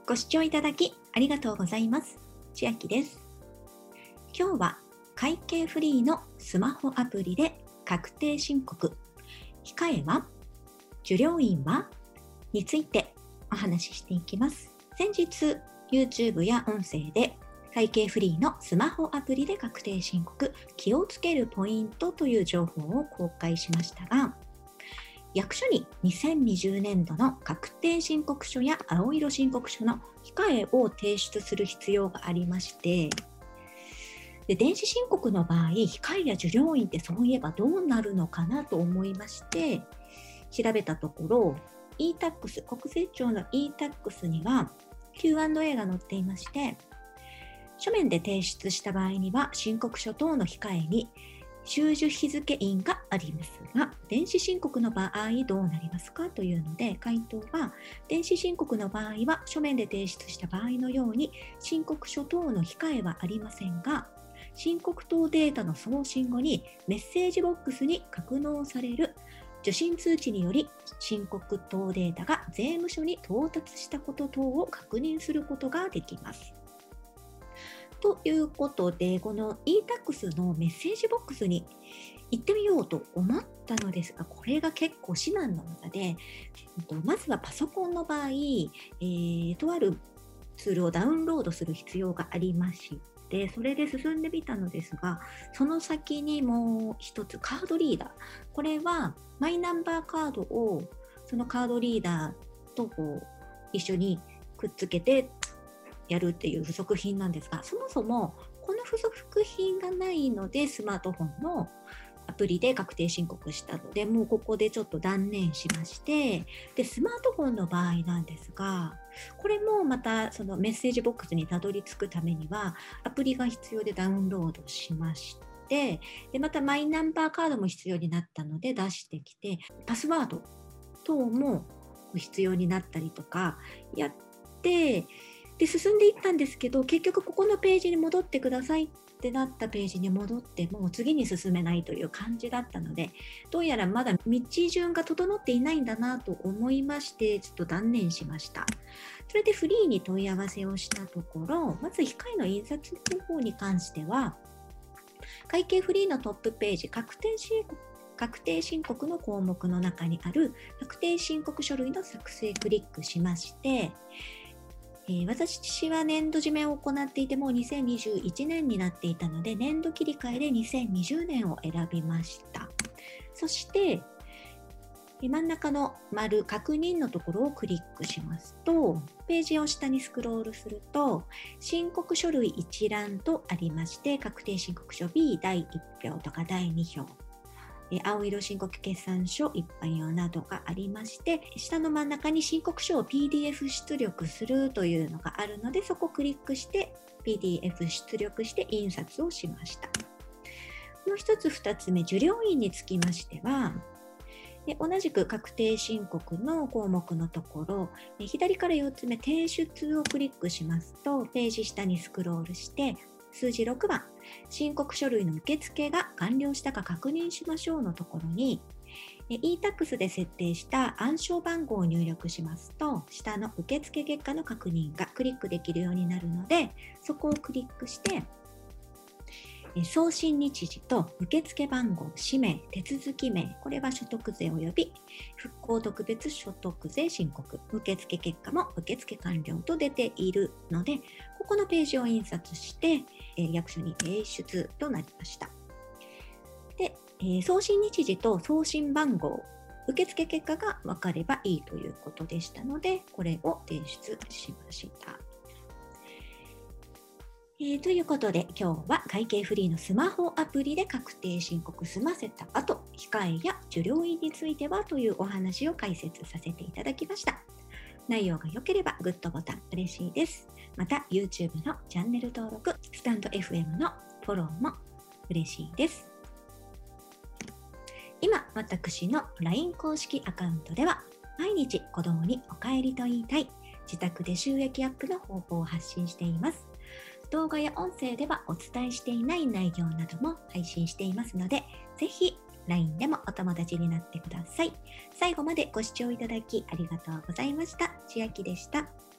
ご視聴いただきありがとうございます。千秋です。今日は会計フリーのスマホアプリで確定申告、控えは、受領員はについてお話ししていきます。先日 YouTube や音声で会計フリーのスマホアプリで確定申告、気をつけるポイントという情報を公開しましたが、役所に2020年度の確定申告書や青色申告書の控えを提出する必要がありまして、で電子申告の場合、控えや受領員ってそういえばどうなるのかなと思いまして調べたところ、 e-tax 国税庁の e-tax には Q&A が載っていまして、書面で提出した場合には申告書等の控えに収受日付印がありますが、電子申告の場合どうなりますかというので、回答は、電子申告の場合は書面で提出した場合のように申告書等の控えはありませんが、申告等データの送信後にメッセージボックスに格納される受信通知により申告等データが税務署に到達したこと等を確認することができます。ということで、この e-tax のメッセージボックスに行ってみようと思ったのですが、これが結構至難の技で、まずはパソコンの場合、とあるツールをダウンロードする必要がありまして、それで進んでみたのですが、その先にもう一つカードリーダー、これはマイナンバーカードをそのカードリーダーと一緒にくっつけてやるっていう付属品なんですが、そもそもこの付属品がないのでスマートフォンのアプリで確定申告したので、もうここでちょっと断念しまして、でスマートフォンの場合なんですが、これもまたそのメッセージボックスにたどり着くためにはアプリが必要でダウンロードしまして、でまたマイナンバーカードも必要になったので出してきて、パスワード等も必要になったりとかやって、で進んでいったんですけど、結局ここのページに戻ってくださいってなったページに戻っても次に進めないという感じだったので、どうやらまだ道順が整っていないんだなと思いまして、ちょっと断念しました。それでフリーに問い合わせをしたところ、まず控えの印刷方法に関しては、会計フリーのトップページ、確定申告の項目の中にある確定申告書類の作成クリックしまして、私は年度締めを行っていても2021年になっていたので、年度切り替えで2020年を選びました。そして真ん中の丸確認のところをクリックしますと、ページを下にスクロールすると申告書類一覧とありまして、確定申告書 B 第1票とか第2票、青色申告決算書一般用などがありまして、下の真ん中に申告書を PDF 出力するというのがあるので、そこをクリックして PDF 出力して印刷をしました。もう一つ2つ目、受領員につきましては、同じく確定申告の項目のところ、左から4つ目、提出をクリックしますと、ページ下にスクロールして数字6番、申告書類の受付が完了したか確認しましょうのところに、e-tax で設定した暗証番号を入力しますと、下の受付結果の確認がクリックできるようになるので、そこをクリックして送信日時と受付番号、氏名、手続き名、これは所得税及び復興特別所得税申告、受付結果も受付完了と出ているので、ここのページを印刷して役所に提出となりました。で、送信日時と送信番号、受付結果が分かればいいということでしたので、これを提出しました。ということで、今日は会計フリーのスマホアプリで確定申告済ませた後、控えや受領員についてはというお話を解説させていただきました。内容が良ければグッドボタン嬉しいです。また YouTube のチャンネル登録、スタンド FM のフォローも嬉しいです。今、私の LINE 公式アカウントでは、毎日子供にお帰りと言いたい自宅で収益アップの方法を発信しています。動画や音声ではお伝えしていない内容なども配信していますので、ぜひ LINE でもお友達になってください。最後までご視聴いただきありがとうございました。千秋でした。